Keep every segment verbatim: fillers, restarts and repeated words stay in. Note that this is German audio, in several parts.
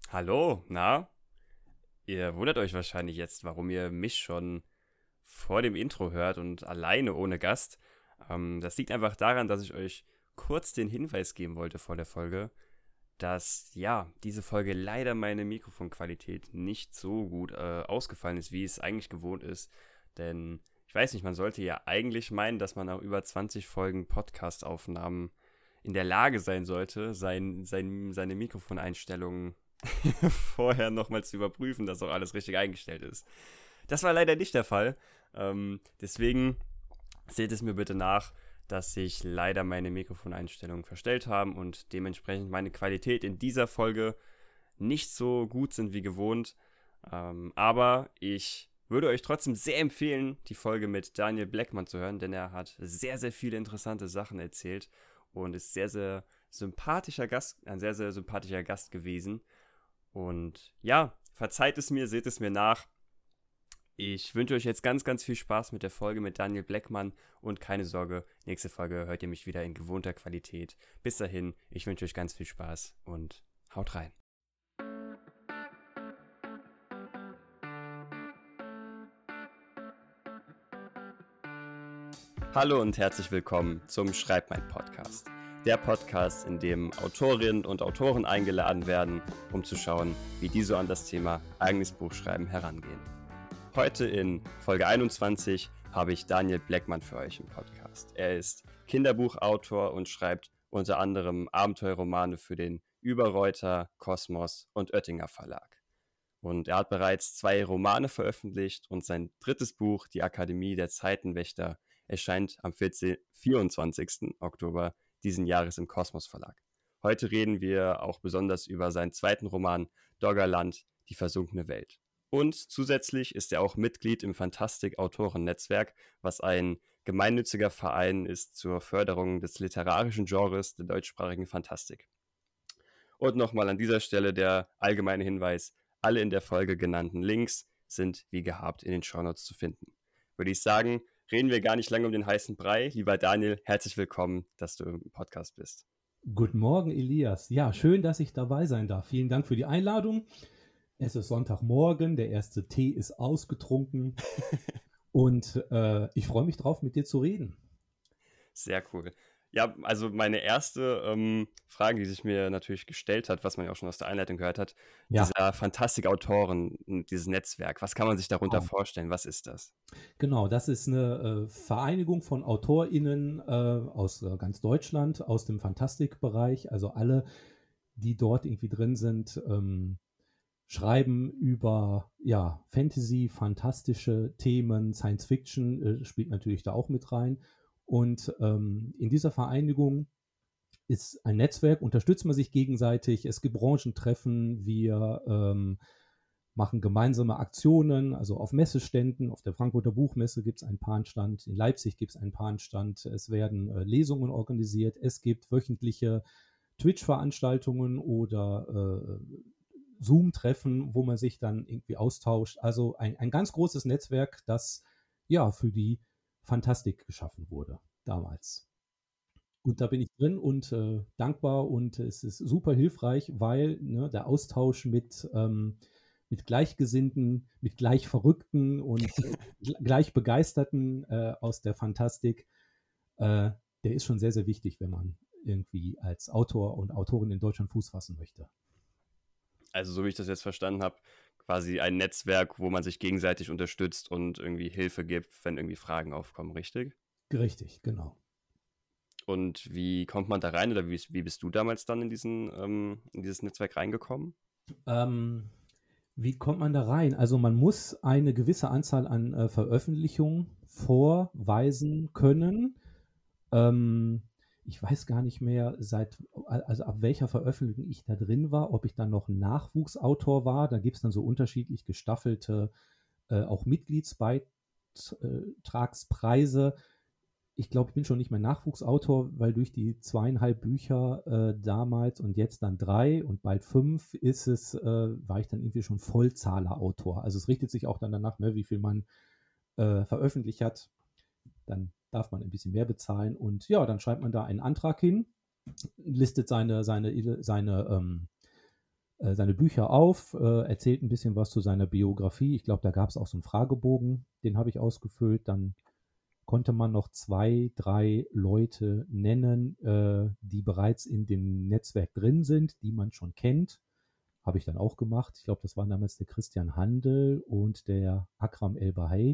Hallo, na? Ihr wundert euch wahrscheinlich jetzt, warum ihr mich schon vor dem Intro hört und alleine ohne Gast. Ähm, das liegt einfach daran, dass ich euch kurz den Hinweis geben wollte vor der Folge, dass ja, diese Folge leider meine Mikrofonqualität nicht so gut äh, ausgefallen ist, wie es eigentlich gewohnt ist. Denn ich weiß nicht, man sollte ja eigentlich meinen, dass man nach über zwanzig Folgen Podcast-Aufnahmen in der Lage sein sollte, sein, sein, seine Mikrofoneinstellungen vorher nochmal zu überprüfen, dass auch alles richtig eingestellt ist. Das war leider nicht der Fall. Ähm, deswegen seht es mir bitte nach, dass sich leider meine Mikrofoneinstellungen verstellt haben und dementsprechend meine Qualität in dieser Folge nicht so gut sind wie gewohnt. Ähm, aber ich würde euch trotzdem sehr empfehlen, die Folge mit Daniel Blackman zu hören, denn er hat sehr, sehr viele interessante Sachen erzählt und ist sehr, sehr sympathischer Gast, ein sehr, sehr sympathischer Gast gewesen. Und ja, verzeiht es mir, seht es mir nach. Ich wünsche euch jetzt ganz, ganz viel Spaß mit der Folge mit Daniel Blackman und keine Sorge, nächste Folge hört ihr mich wieder in gewohnter Qualität. Bis dahin, ich wünsche euch ganz viel Spaß und haut rein. Hallo und herzlich willkommen zum Schreib mein Podcast. Der Podcast, in dem Autorinnen und Autoren eingeladen werden, um zu schauen, wie die so an das Thema eigenes Buchschreiben herangehen. Heute in Folge einundzwanzig habe ich Daniel Blackman für euch im Podcast. Er ist Kinderbuchautor und schreibt unter anderem Abenteuerromane für den Überreuter, Kosmos und Oettinger Verlag. Und er hat bereits zwei Romane veröffentlicht und sein drittes Buch, Die Akademie der Zeitenwächter, erscheint am vierundzwanzigsten Oktober diesen Jahres im Kosmos Verlag. Heute reden wir auch besonders über seinen zweiten Roman Doggerland, die versunkene Welt. Und zusätzlich ist er auch Mitglied im Fantastik-Autoren-Netzwerk, was ein gemeinnütziger Verein ist zur Förderung des literarischen Genres der deutschsprachigen Fantastik. Und nochmal an dieser Stelle der allgemeine Hinweis, alle in der Folge genannten Links sind wie gehabt in den Shownotes zu finden. Würde ich sagen, reden wir gar nicht lange um den heißen Brei. Lieber Daniel, herzlich willkommen, dass du im Podcast bist. Guten Morgen, Elias. Ja, schön, dass ich dabei sein darf. Vielen Dank für die Einladung. Es ist Sonntagmorgen, der erste Tee ist ausgetrunken und äh, ich freue mich drauf, mit dir zu reden. Sehr cool. Ja, also meine erste ähm, Frage, die sich mir natürlich gestellt hat, was man ja auch schon aus der Einleitung gehört hat, Ja. dieser Fantastik-Autoren, dieses Netzwerk, was kann man sich darunter Genau. vorstellen? Was ist das? Genau, das ist eine äh, Vereinigung von AutorInnen äh, aus äh, ganz Deutschland, aus dem Fantastikbereich. Also alle, die dort irgendwie drin sind, ähm, schreiben über ja, Fantasy, fantastische Themen, Science Fiction äh, spielt natürlich da auch mit rein. Und ähm, in dieser Vereinigung ist ein Netzwerk, unterstützt man sich gegenseitig, es gibt Branchentreffen, wir ähm, machen gemeinsame Aktionen, also auf Messeständen, auf der Frankfurter Buchmesse gibt es einen Panstand, in Leipzig gibt es einen Panstand, es werden äh, Lesungen organisiert, es gibt wöchentliche Twitch-Veranstaltungen oder äh, Zoom-Treffen, wo man sich dann irgendwie austauscht. Also ein, ein ganz großes Netzwerk, das ja für die Fantastik geschaffen wurde damals. Und da bin ich drin und äh, dankbar und es ist super hilfreich, weil ne, der Austausch mit, ähm, mit Gleichgesinnten, mit gleich Verrückten und äh, gleich Begeisterten äh, aus der Fantastik, äh, der ist schon sehr, sehr wichtig, wenn man irgendwie als Autor und Autorin in Deutschland Fuß fassen möchte. Also so wie ich das jetzt verstanden habe, quasi ein Netzwerk, wo man sich gegenseitig unterstützt und irgendwie Hilfe gibt, wenn irgendwie Fragen aufkommen, richtig? Richtig, genau. Und wie kommt man da rein oder wie, wie bist du damals dann in, diesen, ähm, in dieses Netzwerk reingekommen? Ähm, wie kommt man da rein? Also man muss eine gewisse Anzahl an äh, Veröffentlichungen vorweisen können. Ähm, ich weiß gar nicht mehr, seit, also ab welcher Veröffentlichung ich da drin war, ob ich dann noch Nachwuchsautor war. Da gibt es dann so unterschiedlich gestaffelte äh, auch Mitgliedsbeitragspreise. Ich glaube, ich bin schon nicht mehr Nachwuchsautor, weil durch die zweieinhalb Bücher äh, damals und jetzt dann drei und bald fünf ist es, äh, war ich dann irgendwie schon Vollzahlerautor. Also es richtet sich auch dann danach, ne, wie viel man äh, veröffentlicht hat. Dann darf man ein bisschen mehr bezahlen und ja, dann schreibt man da einen Antrag hin, listet seine, seine, seine ähm, äh, seine Bücher auf, äh, erzählt ein bisschen was zu seiner Biografie. Ich glaube, da gab es auch so einen Fragebogen, den habe ich ausgefüllt. Dann konnte man noch zwei, drei Leute nennen, äh, die bereits in dem Netzwerk drin sind, die man schon kennt. Habe ich dann auch gemacht. Ich glaube, das waren damals der Christian Handel und der Akram El-Bahai.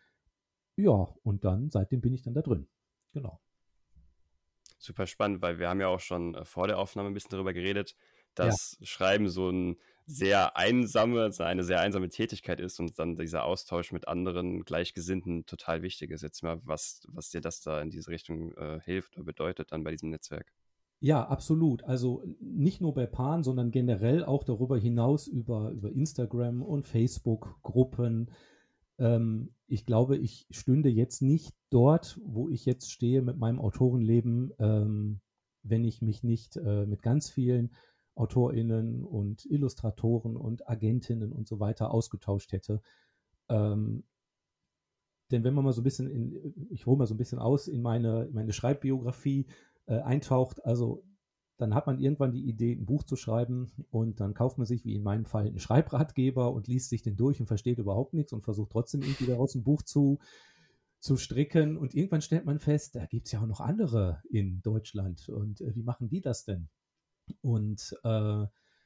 Ja, und dann, seitdem bin ich dann da drin. Genau. Super spannend, weil wir haben ja auch schon äh, vor der Aufnahme ein bisschen darüber geredet, Ja. dass Schreiben so ein sehr einsame, so eine sehr einsame Tätigkeit ist und dann dieser Austausch mit anderen Gleichgesinnten total wichtig ist. Jetzt mal, was, was dir das da in diese Richtung äh, hilft oder bedeutet dann bei diesem Netzwerk. Ja, absolut. Also nicht nur bei Pan, sondern generell auch darüber hinaus über, über Instagram und Facebook-Gruppen. Ähm, ich glaube, ich stünde jetzt nicht dort, wo ich jetzt stehe mit meinem Autorenleben, ähm, wenn ich mich nicht äh, mit ganz vielen AutorInnen und Illustratoren und Agentinnen und so weiter ausgetauscht hätte. Ähm, denn wenn man mal so ein bisschen in, ich hole mal so ein bisschen aus, in meine, in meine Schreibbiografie äh, eintaucht, also dann hat man irgendwann die Idee, ein Buch zu schreiben und dann kauft man sich, wie in meinem Fall, einen Schreibratgeber und liest sich den durch und versteht überhaupt nichts und versucht trotzdem irgendwie daraus ein Buch zu, zu stricken. Und irgendwann stellt man fest, da gibt es ja auch noch andere in Deutschland. Und äh, wie machen die das denn? Und äh,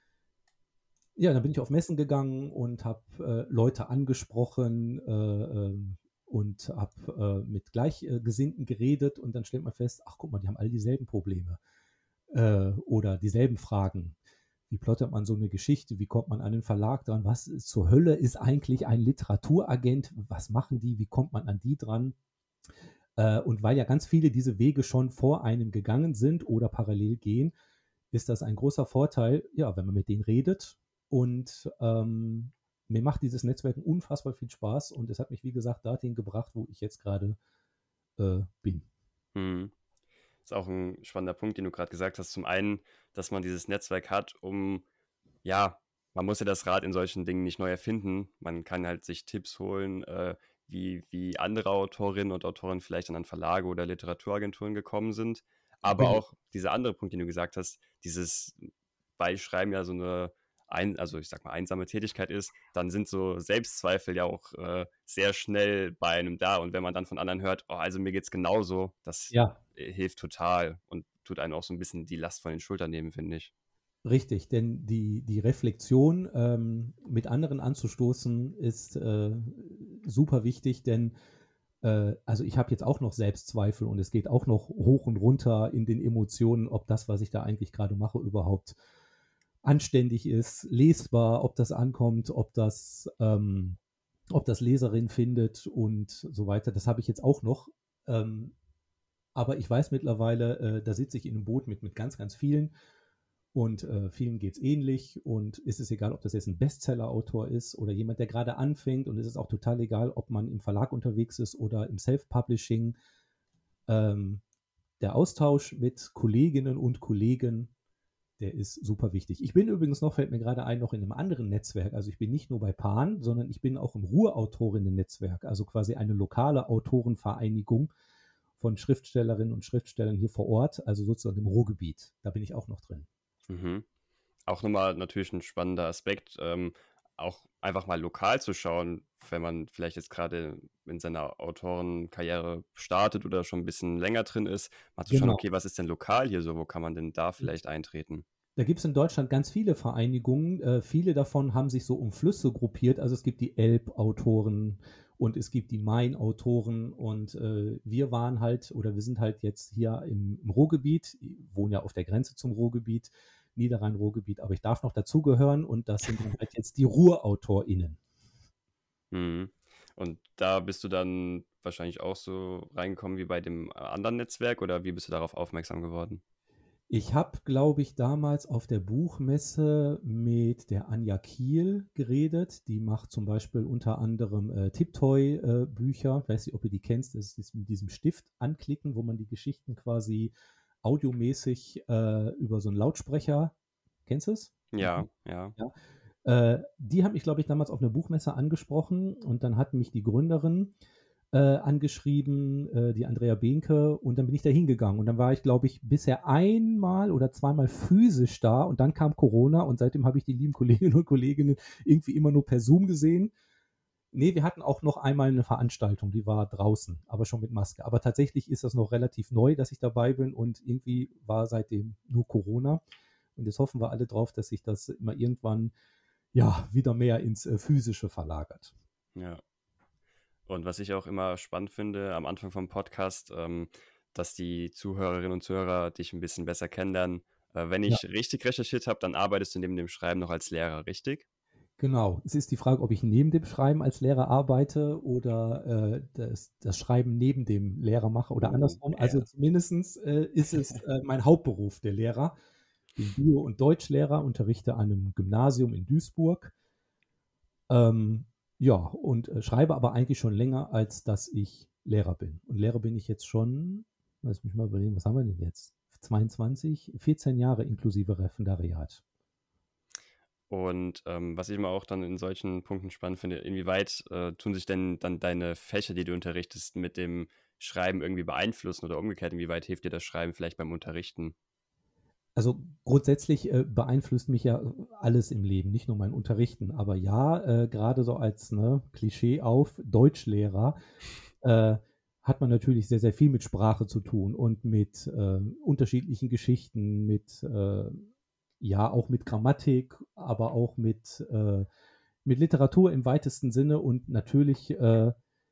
ja, dann bin ich auf Messen gegangen und habe äh, Leute angesprochen äh, ähm, und habe äh, mit Gleichgesinnten geredet und dann stellt man fest, ach guck mal, die haben alle dieselben Probleme äh, oder dieselben Fragen. Wie plottet man so eine Geschichte? Wie kommt man an den Verlag dran? Was ist, zur Hölle ist eigentlich ein Literaturagent? Was machen die? Wie kommt man an die dran? Äh, und weil ja ganz viele diese Wege schon vor einem gegangen sind oder parallel gehen, ist das ein großer Vorteil, ja, wenn man mit denen redet. Und ähm, mir macht dieses Netzwerken unfassbar viel Spaß und es hat mich, wie gesagt, dorthin gebracht, wo ich jetzt gerade äh, bin. Hm. Ist auch ein spannender Punkt, den du gerade gesagt hast. Zum einen, dass man dieses Netzwerk hat, um, ja, man muss ja das Rad in solchen Dingen nicht neu erfinden. Man kann halt sich Tipps holen, äh, wie, wie andere Autorinnen und Autoren vielleicht dann an Verlage oder Literaturagenturen gekommen sind. Aber Genau. auch dieser andere Punkt, den du gesagt hast, dieses, weil Schreiben ja so eine, ein, also ich sag mal, einsame Tätigkeit ist, dann sind so Selbstzweifel ja auch äh, sehr schnell bei einem da. Und wenn man dann von anderen hört, oh, also mir geht's genauso, das Ja, äh, hilft total und tut einem auch so ein bisschen die Last von den Schultern nehmen, finde ich. richtig, denn die, die Reflexion ähm, mit anderen anzustoßen ist äh, super wichtig, denn äh, also ich habe jetzt auch noch Selbstzweifel und es geht auch noch hoch und runter in den Emotionen, ob das, was ich da eigentlich gerade mache, überhaupt anständig ist, lesbar, ob das ankommt, ob das, ähm, ob das Leserin findet und so weiter. Das habe ich jetzt auch noch. Ähm, aber ich weiß mittlerweile, äh, da sitze ich in einem Boot mit, mit ganz, ganz vielen und äh, vielen geht es ähnlich und ist es egal, ob das jetzt ein Bestseller-Autor ist oder jemand, der gerade anfängt und es ist auch total egal, ob man im Verlag unterwegs ist oder im Self-Publishing. Ähm, der Austausch mit Kolleginnen und Kollegen, der ist super wichtig. Ich bin übrigens noch, fällt mir gerade ein, noch in einem anderen Netzwerk. Also ich bin nicht nur bei Pan, sondern ich bin auch im Ruhrautorinnen-Netzwerk, also quasi eine lokale Autorenvereinigung von Schriftstellerinnen und Schriftstellern hier vor Ort, also sozusagen im Ruhrgebiet. Da bin ich auch noch drin. Mhm. Auch nochmal natürlich ein spannender Aspekt, ähm, auch einfach mal lokal zu schauen, wenn man vielleicht jetzt gerade in seiner Autorenkarriere startet oder schon ein bisschen länger drin ist, mal zu schauen, Genau. okay, was ist denn lokal hier so, wo kann man denn da vielleicht eintreten? Da gibt es in Deutschland ganz viele Vereinigungen. Äh, viele davon haben sich so um Flüsse gruppiert. Also es gibt die Elb-Autoren und es gibt die Main-Autoren. Und äh, wir waren halt, oder wir sind halt jetzt hier im, im Ruhrgebiet, ich wohne ja auf der Grenze zum Ruhrgebiet, Niederrhein-Ruhrgebiet, aber ich darf noch dazugehören und das sind dann halt jetzt die RuhrautorInnen. Mhm. Und da bist du dann wahrscheinlich auch so reingekommen wie bei dem äh, anderen Netzwerk oder wie bist du darauf aufmerksam geworden? Ich habe, glaube ich, damals auf der Buchmesse mit der Anja Kiel geredet. Die macht zum Beispiel unter anderem äh, Tiptoy-Bücher. Ich weiß nicht, ob du die kennst. Das ist mit diesem Stift anklicken, wo man die Geschichten quasi audiomäßig äh, über so einen Lautsprecher. Kennst du es? Ja, ja. Ja. Äh, die hat mich, glaube ich, damals auf einer Buchmesse angesprochen und dann hat mich die Gründerin äh, angeschrieben, äh, die Andrea Behnke, und dann bin ich da hingegangen. Und dann war ich, glaube ich, bisher einmal oder zweimal physisch da, und dann kam Corona, und seitdem habe ich die lieben Kolleginnen und Kollegen irgendwie immer nur per Zoom gesehen. Nee, wir hatten auch noch einmal eine Veranstaltung, die war draußen, aber schon mit Maske. Aber tatsächlich ist das noch relativ neu, dass ich dabei bin, und irgendwie war seitdem nur Corona. Und jetzt hoffen wir alle drauf, dass sich das immer irgendwann ja wieder mehr ins äh, Physische verlagert. Ja. Und was ich auch immer spannend finde am Anfang vom Podcast, ähm, dass die Zuhörerinnen und Zuhörer dich ein bisschen besser kennenlernen. Äh, wenn Ja. ich richtig recherchiert habe, dann arbeitest du neben dem Schreiben noch als Lehrer, richtig? Genau. Es ist die Frage, ob ich neben dem Schreiben als Lehrer arbeite oder äh, das, das Schreiben neben dem Lehrer mache oder Oh, andersrum. Also ja. zumindest äh, ist es äh, mein Hauptberuf, der Lehrer. Ich bin Bio- und Deutschlehrer, unterrichte an einem Gymnasium in Duisburg. Ähm, ja, und äh, schreibe aber eigentlich schon länger, als dass ich Lehrer bin. Und Lehrer bin ich jetzt schon, lass mich mal überlegen, was haben wir denn jetzt? zweiundzwanzig, vierzehn Jahre inklusive Referendariat. Und ähm, was ich immer auch dann in solchen Punkten spannend finde, inwieweit äh, tun sich denn dann deine Fächer, die du unterrichtest, mit dem Schreiben irgendwie beeinflussen oder umgekehrt, inwieweit hilft dir das Schreiben vielleicht beim Unterrichten? Also grundsätzlich äh, beeinflusst mich ja alles im Leben, nicht nur mein Unterrichten. Aber ja, äh, gerade so als ne, Klischee auf Deutschlehrer äh, hat man natürlich sehr, sehr viel mit Sprache zu tun und mit äh, unterschiedlichen Geschichten, mit äh, ja auch mit Grammatik, aber auch mit, äh, mit Literatur im weitesten Sinne, und natürlich äh,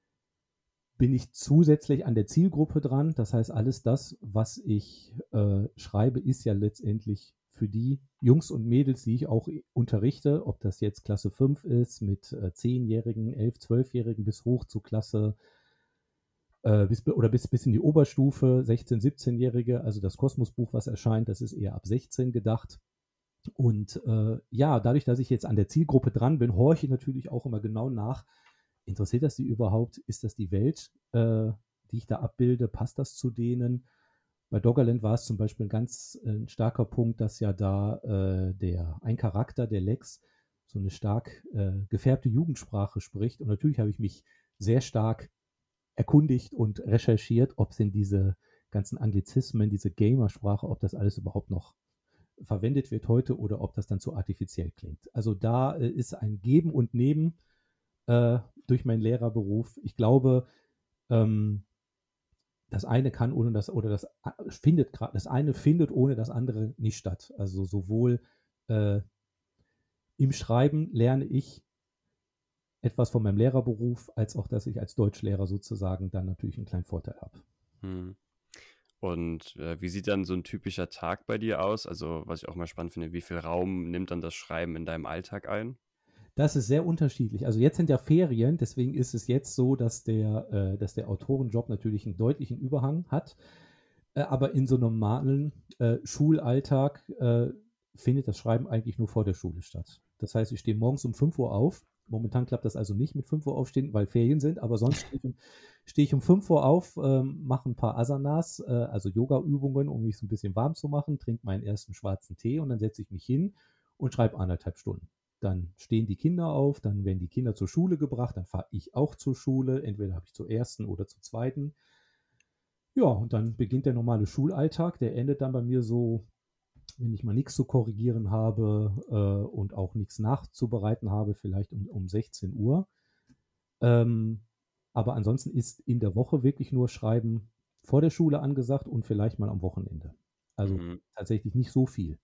bin ich zusätzlich an der Zielgruppe dran. Das heißt, alles das, was ich äh, schreibe, ist ja letztendlich für die Jungs und Mädels, die ich auch unterrichte, ob das jetzt Klasse fünf ist mit äh, zehnjährigen, elf-, zwölfjährigen bis hoch zu Klasse äh, bis, oder bis, bis in die Oberstufe, sechzehn-, siebzehnjährige. Also das Kosmosbuch, was erscheint, das ist eher ab sechzehn gedacht. Und äh, ja, dadurch, dass ich jetzt an der Zielgruppe dran bin, horche ich natürlich auch immer genau nach, interessiert das die überhaupt? Ist das die Welt, äh, die ich da abbilde? Passt das zu denen? Bei Doggerland war es zum Beispiel ein ganz äh, starker Punkt, dass ja da äh, der ein Charakter, der Lex, so eine stark äh, gefärbte Jugendsprache spricht. Und natürlich habe ich mich sehr stark erkundigt und recherchiert, ob es denn diese ganzen Anglizismen, diese Gamersprache, ob das alles überhaupt noch verwendet wird heute oder ob das dann zu artifiziell klingt. Also da äh, ist ein Geben und Nehmen äh, durch meinen Lehrerberuf. Ich glaube, ähm, das eine kann ohne das oder das findet gerade das eine findet ohne das andere nicht statt. Also sowohl äh, im Schreiben lerne ich etwas von meinem Lehrerberuf, als auch, dass ich als Deutschlehrer sozusagen dann natürlich einen kleinen Vorteil habe. Hm. Und äh, wie sieht dann so ein typischer Tag bei dir aus? Also, was ich auch mal spannend finde, wie viel Raum nimmt dann das Schreiben in deinem Alltag ein? Das ist sehr unterschiedlich. Also jetzt sind ja Ferien, deswegen ist es jetzt so, dass der, äh, dass der Autorenjob natürlich einen deutlichen Überhang hat. Äh, aber in so einem normalen äh, Schulalltag äh, findet das Schreiben eigentlich nur vor der Schule statt. Das heißt, ich stehe morgens um fünf Uhr auf. Momentan klappt das also nicht mit fünf Uhr aufstehen, weil Ferien sind, aber sonst stehe ich um, stehe ich um fünf Uhr auf, ähm, mache ein paar Asanas, äh, also Yoga-Übungen, um mich so ein bisschen warm zu machen, trinke meinen ersten schwarzen Tee, und dann setze ich mich hin und schreibe anderthalb Stunden. Dann stehen die Kinder auf, dann werden die Kinder zur Schule gebracht, dann fahre ich auch zur Schule, entweder habe ich zur ersten oder zur zweiten. Ja, und dann beginnt der normale Schulalltag, der endet dann bei mir so, wenn ich mal nichts zu korrigieren habe äh, und auch nichts nachzubereiten habe, vielleicht um, um sechzehn Uhr. Ähm, aber ansonsten ist in der Woche wirklich nur Schreiben vor der Schule angesagt und vielleicht mal am Wochenende. Also Mhm. tatsächlich nicht so viel.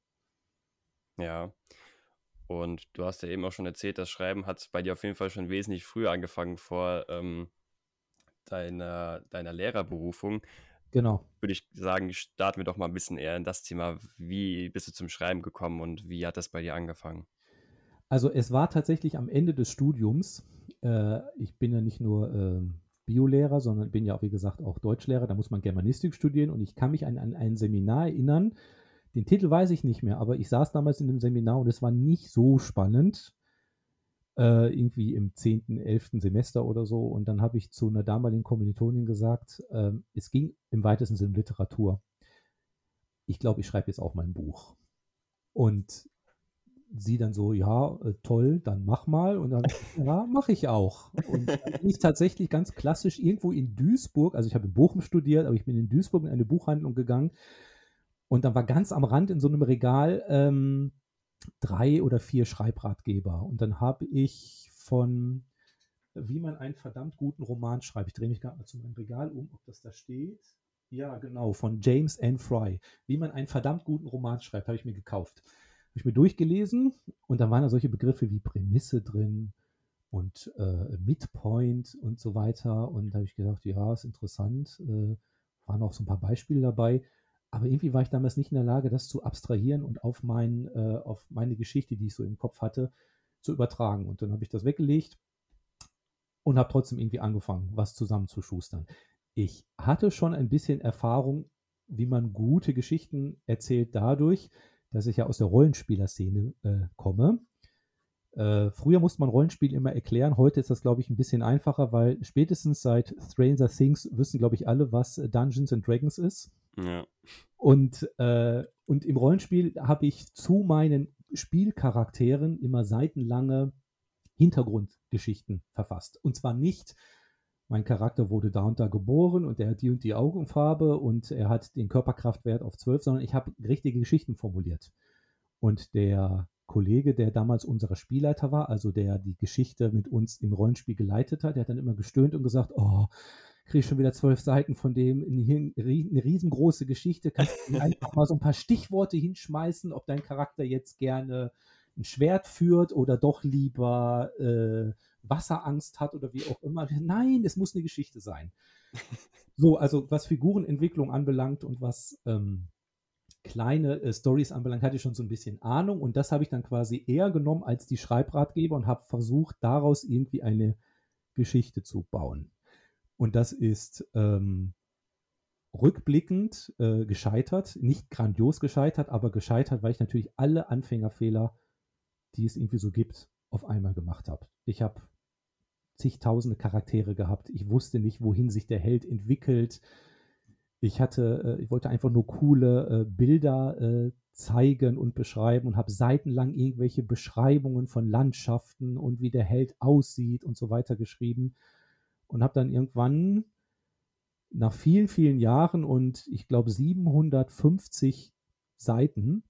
Ja. Und du hast ja eben auch schon erzählt, das Schreiben hat bei dir auf jeden Fall schon wesentlich früher angefangen vor ähm, deiner, deiner Lehrerberufung. Genau. Würde ich sagen, starten wir doch mal ein bisschen eher in das Thema. Wie bist du zum Schreiben gekommen und wie hat das bei dir angefangen? Also es war tatsächlich am Ende des Studiums. Äh, ich bin ja nicht nur ähm, Biolehrer, sondern bin ja auch, wie gesagt, auch Deutschlehrer. Da muss man Germanistik studieren, und ich kann mich an, an ein Seminar erinnern. Den Titel weiß ich nicht mehr, aber ich saß damals in dem Seminar und es war nicht so spannend. Äh, irgendwie im zehnten, elften Semester oder so. Und dann habe ich zu einer damaligen Kommilitonin gesagt, äh, es ging im weitesten Sinne um Literatur. Ich glaube, ich schreibe jetzt auch mein Buch. Und sie dann so, ja, äh, toll, dann mach mal. Und dann, ja, mache ich auch. Und dann bin ich tatsächlich ganz klassisch irgendwo in Duisburg, also ich habe in Bochum studiert, aber ich bin in Duisburg in eine Buchhandlung gegangen und dann war ganz am Rand in so einem Regal ähm, drei oder vier Schreibratgeber. Und dann habe ich von Wie man einen verdammt guten Roman schreibt. Ich drehe mich gerade mal zu meinem Regal um, ob das da steht. Ja, genau, von James N. Fry. Wie man einen verdammt guten Roman schreibt, habe ich mir gekauft. Habe ich mir durchgelesen und da waren da solche Begriffe wie Prämisse drin und äh, Midpoint und so weiter. Und da habe ich gedacht, ja, ist interessant. Äh, waren auch so ein paar Beispiele dabei. Aber irgendwie war ich damals nicht in der Lage, das zu abstrahieren und auf, mein, äh, auf meine Geschichte, die ich so im Kopf hatte, zu übertragen. Und dann habe ich das weggelegt und habe trotzdem irgendwie angefangen, was zusammenzuschustern. Ich hatte schon ein bisschen Erfahrung, wie man gute Geschichten erzählt, dadurch, dass ich ja aus der Rollenspielerszene äh, komme. Äh, früher musste man Rollenspiel immer erklären, heute ist das, glaube ich, ein bisschen einfacher, weil spätestens seit Stranger Things wissen, glaube ich, alle, was Dungeons and Dragons ist. Ja. Und, äh, und im Rollenspiel habe ich zu meinen Spielcharakteren immer seitenlange Hintergrundgeschichten verfasst. Und zwar nicht, mein Charakter wurde da und da geboren und er hat die und die Augenfarbe und er hat den Körperkraftwert auf zwölf, sondern ich habe richtige Geschichten formuliert. Und der Kollege, der damals unser Spielleiter war, also der die Geschichte mit uns im Rollenspiel geleitet hat, der hat dann immer gestöhnt und gesagt, oh, kriege ich schon wieder zwölf Seiten von dem, eine riesengroße Geschichte, kannst du einfach mal so ein paar Stichworte hinschmeißen, ob dein Charakter jetzt gerne ein Schwert führt oder doch lieber äh, Wasserangst hat oder wie auch immer. Nein, es muss eine Geschichte sein. So, also was Figurenentwicklung anbelangt und was ähm, kleine äh, Stories anbelangt, hatte ich schon so ein bisschen Ahnung und das habe ich dann quasi eher genommen als die Schreibratgeber und habe versucht, daraus irgendwie eine Geschichte zu bauen. Und das ist ähm, rückblickend äh, gescheitert, nicht grandios gescheitert, aber gescheitert, weil ich natürlich alle Anfängerfehler, die es irgendwie so gibt, auf einmal gemacht habe. Ich habe zigtausende Charaktere gehabt. Ich wusste nicht, wohin sich der Held entwickelt. Ich hatte, äh, ich wollte einfach nur coole äh, Bilder äh, zeigen und beschreiben und habe seitenlang irgendwelche Beschreibungen von Landschaften und wie der Held aussieht und so weiter geschrieben und habe dann irgendwann nach vielen, vielen Jahren und ich glaube siebenhundertfünfzig Seiten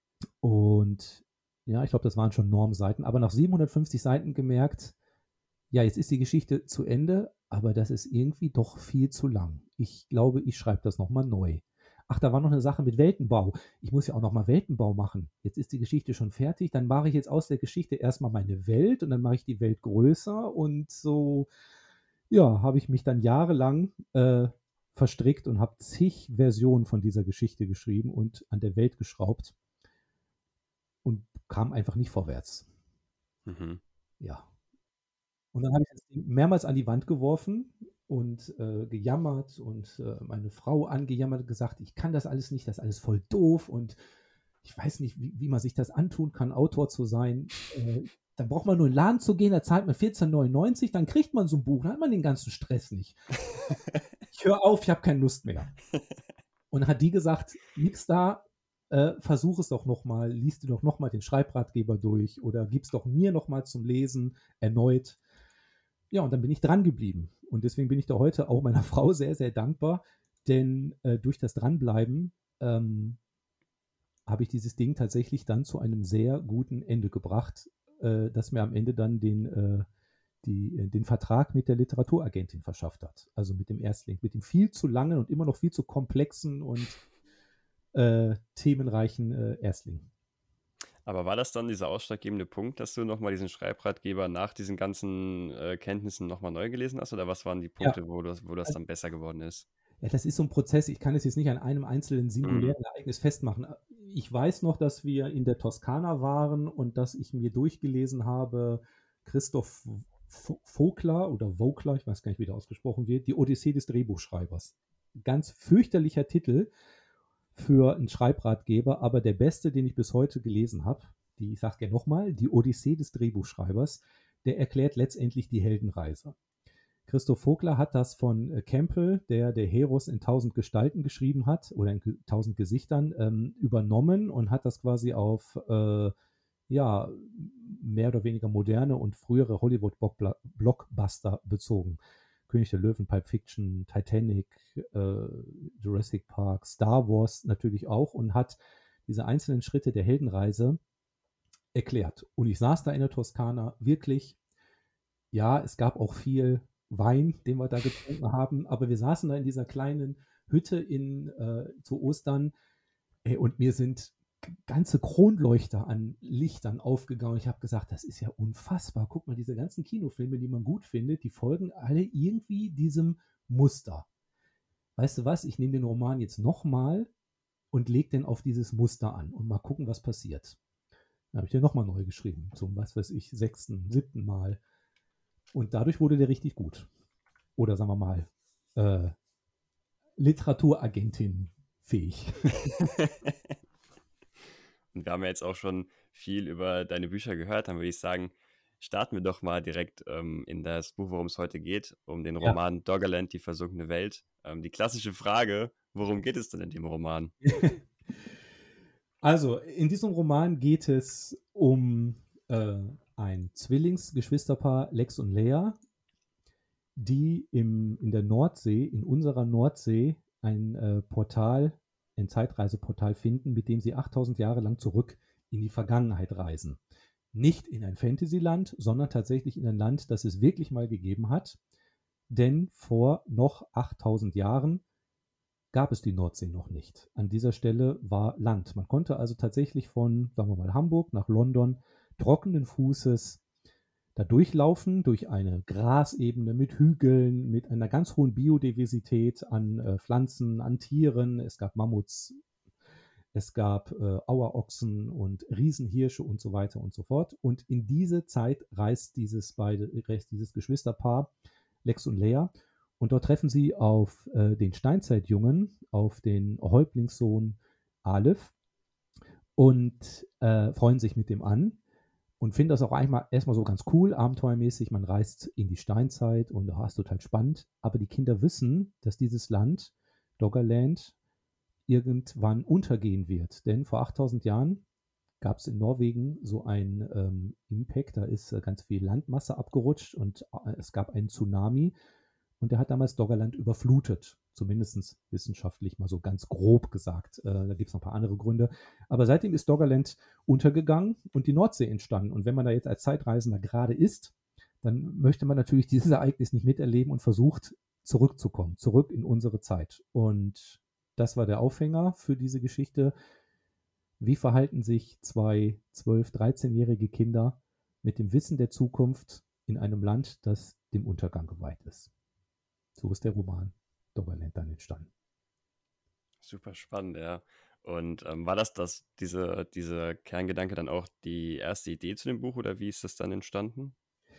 und ja, ich glaube, das waren schon Normseiten, aber nach siebenhundertfünfzig Seiten gemerkt, ja, jetzt ist die Geschichte zu Ende, aber das ist irgendwie doch viel zu lang. Ich glaube, ich schreibe das nochmal neu. Ach, da war noch eine Sache mit Weltenbau. Ich muss ja auch nochmal Weltenbau machen. Jetzt ist die Geschichte schon fertig. Dann mache ich jetzt aus der Geschichte erstmal meine Welt und dann mache ich die Welt größer und so, ja, habe ich mich dann jahrelang äh, verstrickt und habe zig Versionen von dieser Geschichte geschrieben und an der Welt geschraubt und kam einfach nicht vorwärts. Mhm. Ja. Und dann habe ich das Ding mehrmals an die Wand geworfen und äh, gejammert und äh, meine Frau angejammert und gesagt, ich kann das alles nicht, das ist alles voll doof und ich weiß nicht, wie, wie man sich das antun kann, Autor zu sein. Äh, dann braucht man nur in den Laden zu gehen, da zahlt man vierzehn neunundneunzig, dann kriegt man so ein Buch, dann hat man den ganzen Stress nicht. Ich höre auf, ich habe keine Lust mehr. Und dann hat die gesagt, nix da, äh, versuch es doch nochmal, liest dir doch nochmal den Schreibratgeber durch oder gib's doch mir nochmal zum Lesen erneut. Ja, und dann bin ich dran geblieben. Und deswegen bin ich da heute auch meiner Frau sehr, sehr dankbar, denn äh, durch das Dranbleiben ähm, habe ich dieses Ding tatsächlich dann zu einem sehr guten Ende gebracht, äh, das mir am Ende dann den, äh, die, äh, den Vertrag mit der Literaturagentin verschafft hat. Also mit dem Erstling, mit dem viel zu langen und immer noch viel zu komplexen und äh, themenreichen äh, Erstling. Aber war das dann dieser ausschlaggebende Punkt, dass du nochmal diesen Schreibratgeber nach diesen ganzen äh, Kenntnissen nochmal neu gelesen hast? Oder was waren die Punkte, Ja, wo, das, wo das dann besser geworden ist? Ja, das ist so ein Prozess. Ich kann es jetzt nicht an einem einzelnen Mhm. singulären Ereignis festmachen. Ich weiß noch, dass wir in der Toskana waren und dass ich mir durchgelesen habe, Christoph V- Vogler oder Vogler, ich weiß gar nicht, wie der ausgesprochen wird, die Odyssee des Drehbuchschreibers. Ganz fürchterlicher Titel für einen Schreibratgeber, aber der beste, den ich bis heute gelesen habe. Die, ich sage ja nochmal, die Odyssee des Drehbuchschreibers, der erklärt letztendlich die Heldenreise. Christoph Vogler hat das von äh, Campbell, der der Heros in tausend Gestalten geschrieben hat oder in tausend Gesichtern, ähm, übernommen und hat das quasi auf äh, ja, mehr oder weniger moderne und frühere Hollywood-Blockbuster bezogen. König der Löwen, Pulp Fiction, Titanic, äh, Jurassic Park, Star Wars natürlich auch und hat diese einzelnen Schritte der Heldenreise erklärt. Und ich saß da in der Toskana wirklich, ja, es gab auch viel Wein, den wir da getrunken haben, aber wir saßen da in dieser kleinen Hütte in, äh, zu Ostern, ey, und mir sind ganze Kronleuchter an Lichtern aufgegangen. Ich habe gesagt, das ist ja unfassbar. Guck mal, diese ganzen Kinofilme, die man gut findet, die folgen alle irgendwie diesem Muster. Weißt du was? Ich nehme den Roman jetzt nochmal und lege den auf dieses Muster an und mal gucken, was passiert. Dann habe ich den nochmal neu geschrieben, zum, was weiß ich, sechsten, siebten Mal. Und dadurch wurde der richtig gut. Oder sagen wir mal, äh, Literaturagentin fähig. Und wir haben ja jetzt auch schon viel über deine Bücher gehört, dann würde ich sagen, starten wir doch mal direkt ähm, in das Buch, worum es heute geht, um den Ja. Roman Doggerland, die versunkene Welt. Ähm, die klassische Frage, worum geht es denn in dem Roman? Also, in diesem Roman geht es um äh, ein Zwillingsgeschwisterpaar, Lex und Lea, die im, in der Nordsee, in unserer Nordsee, ein äh, Portal, ein Zeitreiseportal finden, mit dem sie achttausend Jahre lang zurück in die Vergangenheit reisen. Nicht in ein Fantasyland, sondern tatsächlich in ein Land, das es wirklich mal gegeben hat. Denn vor noch achttausend Jahren gab es die Nordsee noch nicht. An dieser Stelle war Land. Man konnte also tatsächlich von, sagen wir mal, Hamburg nach London trockenen Fußes da durchlaufen, durch eine Grasebene mit Hügeln, mit einer ganz hohen Biodiversität an äh, Pflanzen, an Tieren. Es gab Mammuts, es gab äh, Auerochsen und Riesenhirsche und so weiter und so fort. Und in diese Zeit reist dieses, beide, reist dieses Geschwisterpaar, Lex und Lea, und dort treffen sie auf äh, den Steinzeitjungen, auf den Häuptlingssohn Aleph und äh, freuen sich mit dem an und finden das auch einmal, erstmal so ganz cool, abenteuermäßig. Man reist in die Steinzeit und oh, ist total spannend. Aber die Kinder wissen, dass dieses Land, Doggerland, irgendwann untergehen wird. Denn vor achttausend Jahren gab es in Norwegen so ein ähm, Impact, da ist äh, ganz viel Landmasse abgerutscht und äh, es gab einen Tsunami und der hat damals Doggerland überflutet. Zumindest wissenschaftlich mal so ganz grob gesagt. Äh, da gibt es noch ein paar andere Gründe. Aber seitdem ist Doggerland untergegangen und die Nordsee entstanden. Und wenn man da jetzt als Zeitreisender gerade ist, dann möchte man natürlich dieses Ereignis nicht miterleben und versucht zurückzukommen, zurück in unsere Zeit. Und das war der Aufhänger für diese Geschichte. Wie verhalten sich zwei zwölf-, dreizehnjährige Kinder mit dem Wissen der Zukunft in einem Land, das dem Untergang geweiht ist? So ist der Roman Doggerland dann entstanden. Super spannend, ja. Und ähm, war das, das diese, diese Kerngedanke dann auch die erste Idee zu dem Buch oder wie ist das dann entstanden?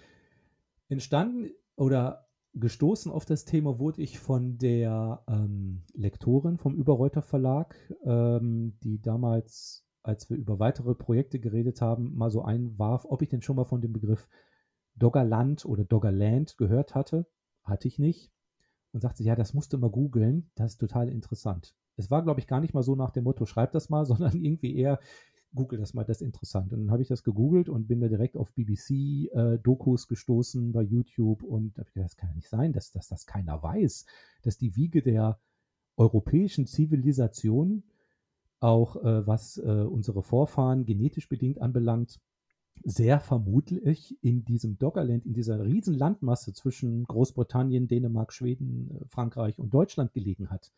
Entstanden oder gestoßen auf das Thema wurde ich von der ähm, Lektorin vom Überreuter Verlag, ähm, die damals, als wir über weitere Projekte geredet haben, mal so einwarf, ob ich denn schon mal von dem Begriff Doggerland oder Doggerland gehört hatte. Hatte ich nicht. Und sagte, ja, das musst du mal googeln, das ist total interessant. Es war, glaube ich, gar nicht mal so nach dem Motto, schreib das mal, sondern irgendwie eher, google das mal, das ist interessant. Und dann habe ich das gegoogelt und bin da direkt auf B B C-Dokus äh, gestoßen bei YouTube und da habe ich gedacht, das kann ja nicht sein, dass, dass das keiner weiß, dass die Wiege der europäischen Zivilisation, auch äh, was äh, unsere Vorfahren genetisch bedingt anbelangt, sehr vermutlich in diesem Doggerland, in dieser riesen Landmasse zwischen Großbritannien, Dänemark, Schweden, Frankreich und Deutschland gelegen hat.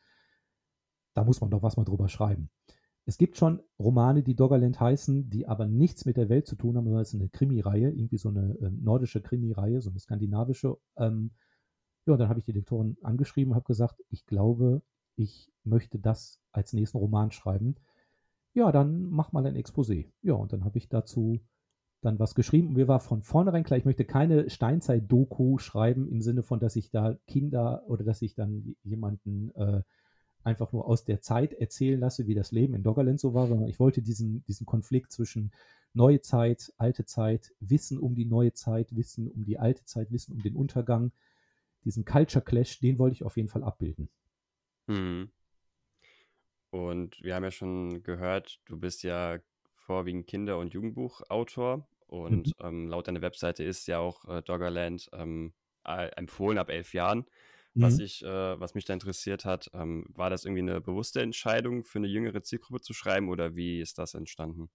Da muss man doch was mal drüber schreiben. Es gibt schon Romane, die Doggerland heißen, die aber nichts mit der Welt zu tun haben, sondern es ist eine Krimireihe, irgendwie so eine äh, nordische Krimireihe, so eine skandinavische. Ähm, ja, und dann habe ich die Lektorin angeschrieben und habe gesagt, ich glaube, ich möchte das als nächsten Roman schreiben. Ja, dann mach mal ein Exposé. Ja, und dann habe ich dazu dann was geschrieben. Und mir war von vornherein klar, ich möchte keine Steinzeit-Doku schreiben im Sinne von, dass ich da Kinder oder dass ich dann jemanden äh, einfach nur aus der Zeit erzählen lasse, wie das Leben in Doggerland so war, sondern ich wollte diesen, diesen Konflikt zwischen neue Zeit, alte Zeit, Wissen um die neue Zeit, Wissen um die alte Zeit, Wissen um den Untergang, diesen Culture Clash, den wollte ich auf jeden Fall abbilden. Mhm. Und wir haben ja schon gehört, du bist ja vorwiegend Kinder- und Jugendbuchautor Mhm. und ähm, laut deiner Webseite ist ja auch äh, Doggerland ähm, äh, empfohlen ab elf Jahren. Was Mhm. ich, äh, was mich da interessiert hat, ähm, war das irgendwie eine bewusste Entscheidung, für eine jüngere Zielgruppe zu schreiben oder wie ist das entstanden?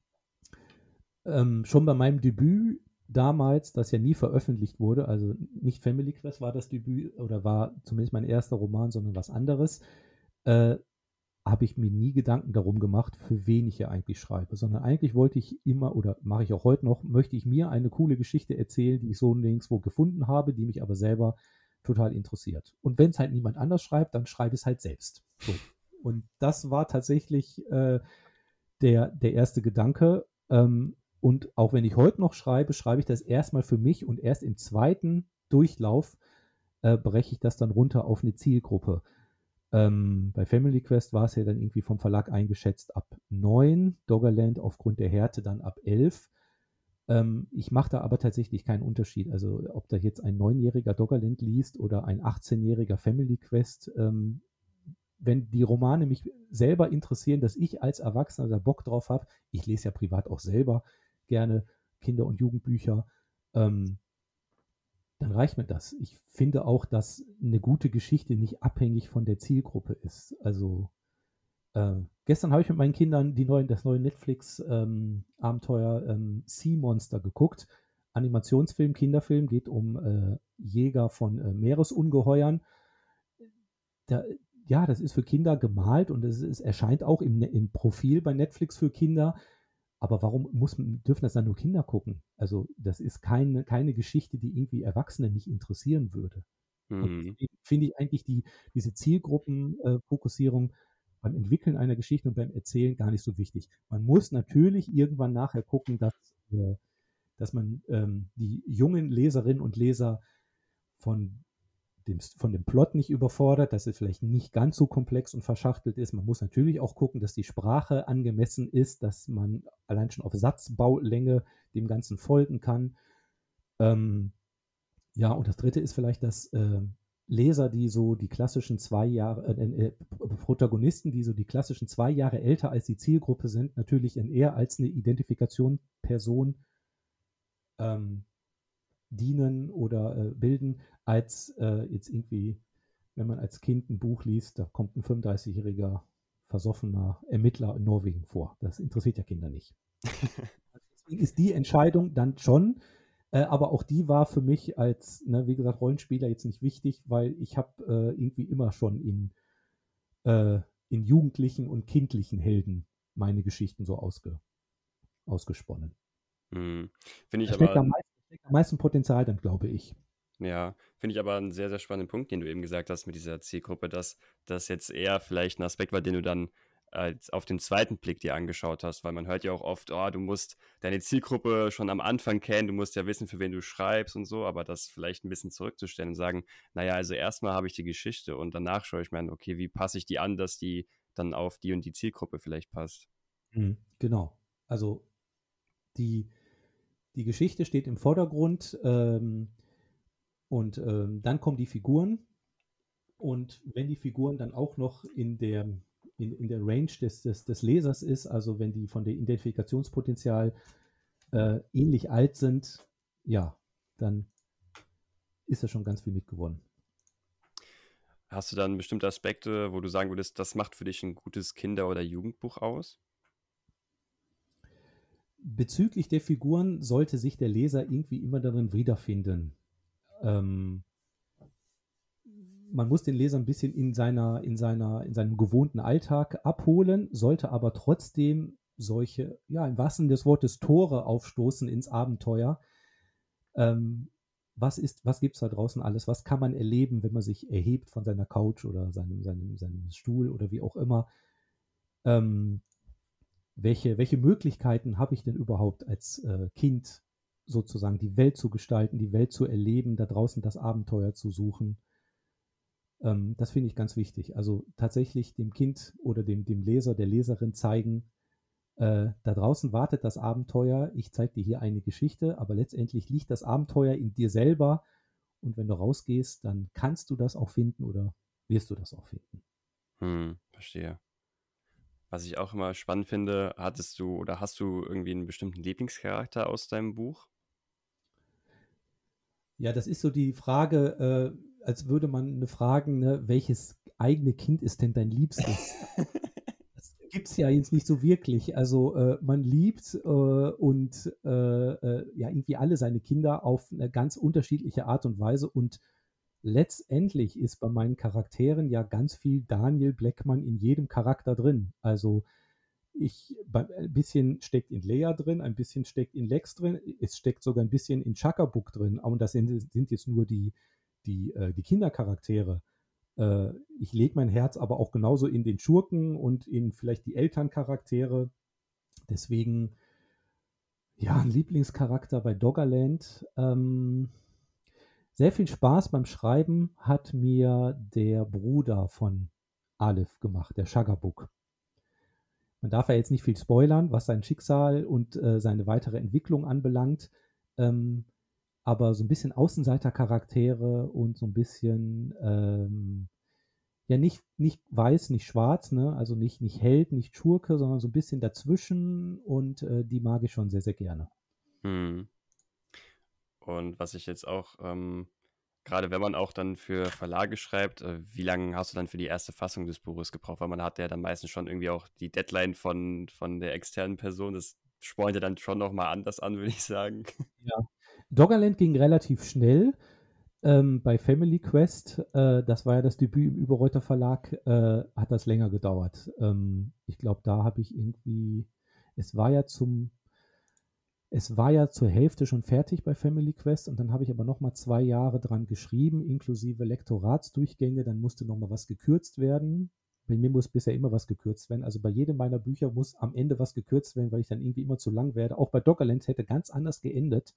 Ähm, schon bei meinem Debüt damals, das ja nie veröffentlicht wurde, also nicht Family Quest war das Debüt oder war zumindest mein erster Roman, sondern was anderes, äh, habe ich mir nie Gedanken darum gemacht, für wen ich hier eigentlich schreibe, sondern eigentlich wollte ich immer oder mache ich auch heute noch, möchte ich mir eine coole Geschichte erzählen, die ich so nirgendwo gefunden habe, die mich aber selber total interessiert. Und wenn es halt niemand anders schreibt, dann schreibe ich es halt selbst. So. Und das war tatsächlich äh, der, der erste Gedanke. Ähm, und auch wenn ich heute noch schreibe, schreibe ich das erstmal für mich und erst im zweiten Durchlauf äh, breche ich das dann runter auf eine Zielgruppe. Ähm, bei Family Quest war es ja dann irgendwie vom Verlag eingeschätzt ab neun, Doggerland aufgrund der Härte dann ab elf. Ähm, ich mache da aber tatsächlich keinen Unterschied. Also ob da jetzt ein neunjähriger Doggerland liest oder ein achtzehnjähriger Family Quest, ähm, wenn die Romane mich selber interessieren, dass ich als Erwachsener da Bock drauf habe, ich lese ja privat auch selber gerne Kinder- und Jugendbücher, ähm, dann reicht mir das. Ich finde auch, dass eine gute Geschichte nicht abhängig von der Zielgruppe ist. Also äh, gestern habe ich mit meinen Kindern die neuen, das neue Netflix-Abenteuer ähm, ähm, Sea Monster geguckt. Animationsfilm, Kinderfilm, geht um äh, Jäger von äh, Meeresungeheuern. Da, ja, das ist für Kinder gemalt und es, es erscheint auch im, im Profil bei Netflix für Kinder. Aber warum muss, dürfen das dann nur Kinder gucken? Also das ist keine, keine Geschichte, die irgendwie Erwachsene nicht interessieren würde. Und Mhm. deswegen finde ich eigentlich die, diese Zielgruppenfokussierung beim Entwickeln einer Geschichte und beim Erzählen gar nicht so wichtig. Man muss natürlich irgendwann nachher gucken, dass, äh, dass man ähm, die jungen Leserinnen und Leser von dem, von dem Plot nicht überfordert, dass es vielleicht nicht ganz so komplex und verschachtelt ist. Man muss natürlich auch gucken, dass die Sprache angemessen ist, dass man allein schon auf Satzbaulänge dem Ganzen folgen kann. Ähm, ja, und das dritte ist vielleicht, dass äh, Leser, die so die klassischen zwei Jahre, äh, äh, Protagonisten, die so die klassischen zwei Jahre älter als die Zielgruppe sind, natürlich in eher als eine Identifikationsperson ähm, dienen oder äh, bilden, als äh, jetzt irgendwie, wenn man als Kind ein Buch liest, da kommt ein fünfunddreißigjähriger versoffener Ermittler in Norwegen vor. Das interessiert ja Kinder nicht. Deswegen ist die Entscheidung dann schon, äh, aber auch die war für mich als, ne, wie gesagt, Rollenspieler jetzt nicht wichtig, weil ich habe äh, irgendwie immer schon in, äh, in jugendlichen und kindlichen Helden meine Geschichten so ausge, ausgesponnen. Mhm. Finde Da ich steckt aber am meisten, da steckt am meisten Potenzial dann, glaube ich. Ja, finde ich aber einen sehr, sehr spannenden Punkt, den du eben gesagt hast mit dieser Zielgruppe, dass das jetzt eher vielleicht ein Aspekt war, den du dann als auf den zweiten Blick dir angeschaut hast, weil man hört ja auch oft, oh, du musst deine Zielgruppe schon am Anfang kennen, du musst ja wissen, für wen du schreibst und so, aber das vielleicht ein bisschen zurückzustellen und sagen, naja, also erstmal habe ich die Geschichte und danach schaue ich mir an, okay, wie passe ich die an, dass die dann auf die und die Zielgruppe vielleicht passt. Mhm. Genau. Also die, die Geschichte steht im Vordergrund ähm, und ähm, dann kommen die Figuren. Und wenn die Figuren dann auch noch in der, in, in der Range des, des, des Lesers ist, also wenn die von der Identifikationspotenzial äh, ähnlich alt sind, ja, dann ist da schon ganz viel mitgewonnen. Hast du dann bestimmte Aspekte, wo du sagen würdest, das macht für dich ein gutes Kinder- oder Jugendbuch aus? Bezüglich der Figuren sollte sich der Leser irgendwie immer darin wiederfinden. Ähm, man muss den Leser ein bisschen in seiner, in seiner, in seinem gewohnten Alltag abholen, sollte aber trotzdem solche, ja, im wahrsten Sinne des Wortes Tore aufstoßen ins Abenteuer. Ähm, was ist, was gibt's da draußen alles? Was kann man erleben, wenn man sich erhebt von seiner Couch oder seinem, seinem, seinem Stuhl oder wie auch immer? Ähm, welche, welche Möglichkeiten habe ich denn überhaupt als äh, Kind sozusagen die Welt zu gestalten, die Welt zu erleben, da draußen das Abenteuer zu suchen? Ähm, das finde ich ganz wichtig. Also tatsächlich dem Kind oder dem, dem Leser, der Leserin zeigen, äh, da draußen wartet das Abenteuer, ich zeige dir hier eine Geschichte, aber letztendlich liegt das Abenteuer in dir selber und wenn du rausgehst, dann kannst du das auch finden oder wirst du das auch finden. Hm, verstehe. Was ich auch immer spannend finde, hattest du oder hast du irgendwie einen bestimmten Lieblingscharakter aus deinem Buch? Ja, das ist so die Frage, äh, als würde man eine fragen, ne, welches eigene Kind ist denn dein Liebstes? Das gibt's ja jetzt nicht so wirklich. Also, äh, man liebt, äh, und, äh, äh, ja, irgendwie alle seine Kinder auf eine ganz unterschiedliche Art und Weise und letztendlich ist bei meinen Charakteren ja ganz viel Daniel Bleckmann in jedem Charakter drin. Also, ich bei ein bisschen steckt in Lea drin, ein bisschen steckt in Lex drin, es steckt sogar ein bisschen in Chakabuck drin, und das sind sind jetzt nur die die, äh, die Kindercharaktere. Äh, ich lege mein Herz aber auch genauso in den Schurken und in vielleicht die Elterncharaktere. Deswegen, ja, ein Lieblingscharakter bei Doggerland. Ähm, sehr viel Spaß beim Schreiben hat mir der Bruder von Aleph gemacht, der Chagabuk. Man darf ja jetzt nicht viel spoilern, was sein Schicksal und äh, seine weitere Entwicklung anbelangt. Ähm, aber so ein bisschen Außenseitercharaktere und so ein bisschen, ähm, ja, nicht, nicht weiß, nicht schwarz, ne? Also nicht, nicht Held, nicht Schurke, sondern so ein bisschen dazwischen, und äh, die mag ich schon sehr, sehr gerne. Mhm. Und was ich jetzt auch, ähm, gerade wenn man auch dann für Verlage schreibt, äh, wie lange hast du dann für die erste Fassung des Buches gebraucht? Weil man hat ja dann meistens schon irgendwie auch die Deadline von, von der externen Person. Das spornt ja dann schon nochmal anders an, würde ich sagen. Ja. Doggerland ging relativ schnell. Ähm, bei Family Quest, äh, das war ja das Debüt im Überreuter Verlag, äh, hat das länger gedauert. Ähm, ich glaube, da habe ich irgendwie, es war ja zum, es war ja zur Hälfte schon fertig bei Family Quest, und dann habe ich aber nochmal zwei Jahre dran geschrieben, inklusive Lektoratsdurchgänge. Dann musste nochmal was gekürzt werden. Bei mir muss bisher immer was gekürzt werden. Also bei jedem meiner Bücher muss am Ende was gekürzt werden, weil ich dann irgendwie immer zu lang werde. Auch bei Doggerland hätte ganz anders geendet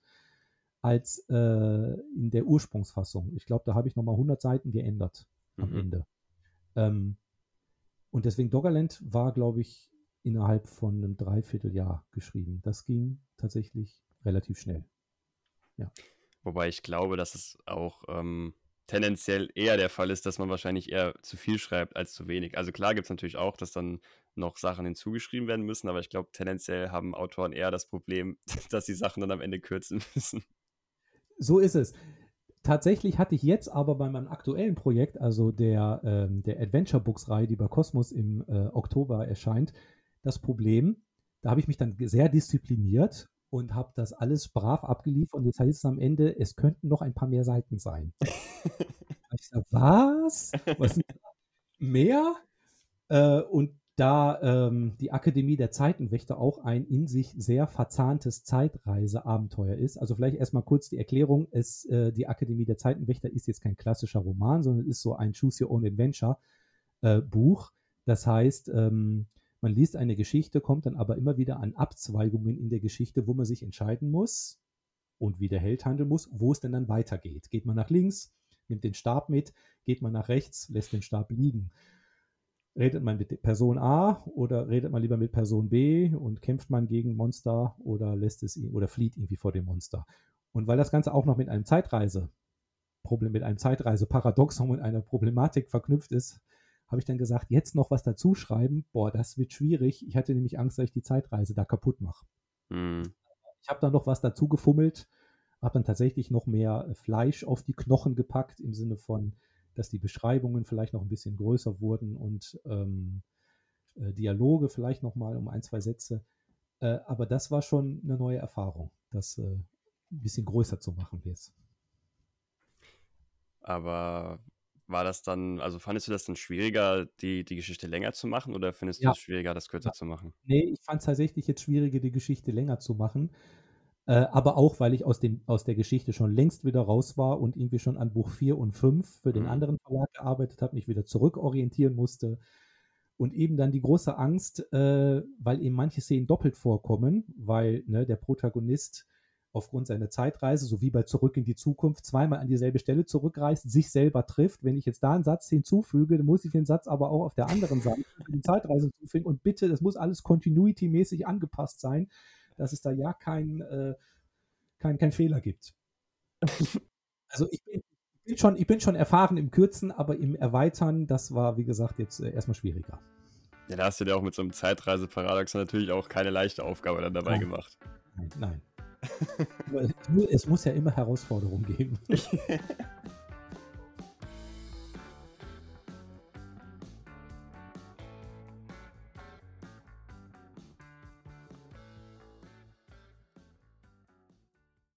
als äh, in der Ursprungsfassung. Ich glaube, da habe ich nochmal hundert Seiten geändert am Mhm. Ende. Ähm, und deswegen Doggerland war, glaube ich, innerhalb von einem Dreivierteljahr geschrieben. Das ging tatsächlich relativ schnell. Ja. Wobei ich glaube, dass es auch ähm, tendenziell eher der Fall ist, dass man wahrscheinlich eher zu viel schreibt als zu wenig. Also klar gibt es natürlich auch, dass dann noch Sachen hinzugeschrieben werden müssen, aber ich glaube, tendenziell haben Autoren eher das Problem, dass die Sachen dann am Ende kürzen müssen. So ist es. Tatsächlich hatte ich jetzt aber bei meinem aktuellen Projekt, also der, ähm, der Adventure Books Reihe, die bei Kosmos im äh, Oktober erscheint, das Problem, da habe ich mich dann sehr diszipliniert und habe das alles brav abgeliefert, und jetzt heißt es am Ende, es könnten noch ein paar mehr Seiten sein. Da hab ich gesagt, was? Was mehr? Äh, und da ähm, die Akademie der Zeitenwächter auch ein in sich sehr verzahntes Zeitreiseabenteuer ist. Also vielleicht erstmal kurz die Erklärung. Es, äh, die Akademie der Zeitenwächter ist jetzt kein klassischer Roman, sondern ist so ein Choose Your Own Adventure äh, Buch. Das heißt, ähm, man liest eine Geschichte, kommt dann aber immer wieder an Abzweigungen in der Geschichte, wo man sich entscheiden muss und wie der Held handeln muss, wo es denn dann weitergeht. Geht man nach links, nimmt den Stab mit, geht man nach rechts, lässt den Stab liegen. Redet man mit Person A oder redet man lieber mit Person B, und kämpft man gegen Monster oder lässt es ihn oder flieht irgendwie vor dem Monster. Und weil das Ganze auch noch mit einem Zeitreise Problem mit einem Zeitreise-Paradoxon und einer Problematik verknüpft ist, habe ich dann gesagt, jetzt noch was dazu schreiben, boah, das wird schwierig. Ich hatte nämlich Angst, dass ich die Zeitreise da kaputt mache. Hm. Ich habe dann noch was dazu gefummelt, habe dann tatsächlich noch mehr Fleisch auf die Knochen gepackt, im Sinne von, dass die Beschreibungen vielleicht noch ein bisschen größer wurden und ähm, äh, Dialoge vielleicht noch mal um ein, zwei Sätze. Äh, aber das war schon eine neue Erfahrung, das äh, ein bisschen größer zu machen jetzt. Aber war das dann, also fandest du das dann schwieriger, die, die Geschichte länger zu machen oder findest du Ja, es schwieriger, das ja. kürzer zu machen? Nee, ich fand es tatsächlich jetzt schwieriger, die Geschichte länger zu machen. Äh, aber auch, weil ich aus, dem, aus der Geschichte schon längst wieder raus war und irgendwie schon an Buch vier und fünf für den Hm. anderen Verlag gearbeitet habe, mich wieder zurückorientieren musste. Und eben dann die große Angst, äh, weil eben manche Szenen doppelt vorkommen, weil ne, der Protagonist aufgrund seiner Zeitreise, so wie bei Zurück in die Zukunft, zweimal an dieselbe Stelle zurückreist, sich selber trifft. Wenn ich jetzt da einen Satz hinzufüge, dann muss ich den Satz aber auch auf der anderen Seite für die Zeitreise hinzufügen. Und bitte, das muss alles continuity-mäßig angepasst sein, dass es da ja kein, äh, kein, kein Fehler gibt. Also ich bin, ich bin, schon, ich bin schon erfahren im Kürzen, aber im Erweitern, das war, wie gesagt, jetzt äh, erstmal schwieriger. Ja, da hast du dir auch mit so einem Zeitreiseparadoxon natürlich auch keine leichte Aufgabe dann dabei Nein, gemacht. nein, nein. Aber es, mu- es muss ja immer Herausforderungen geben.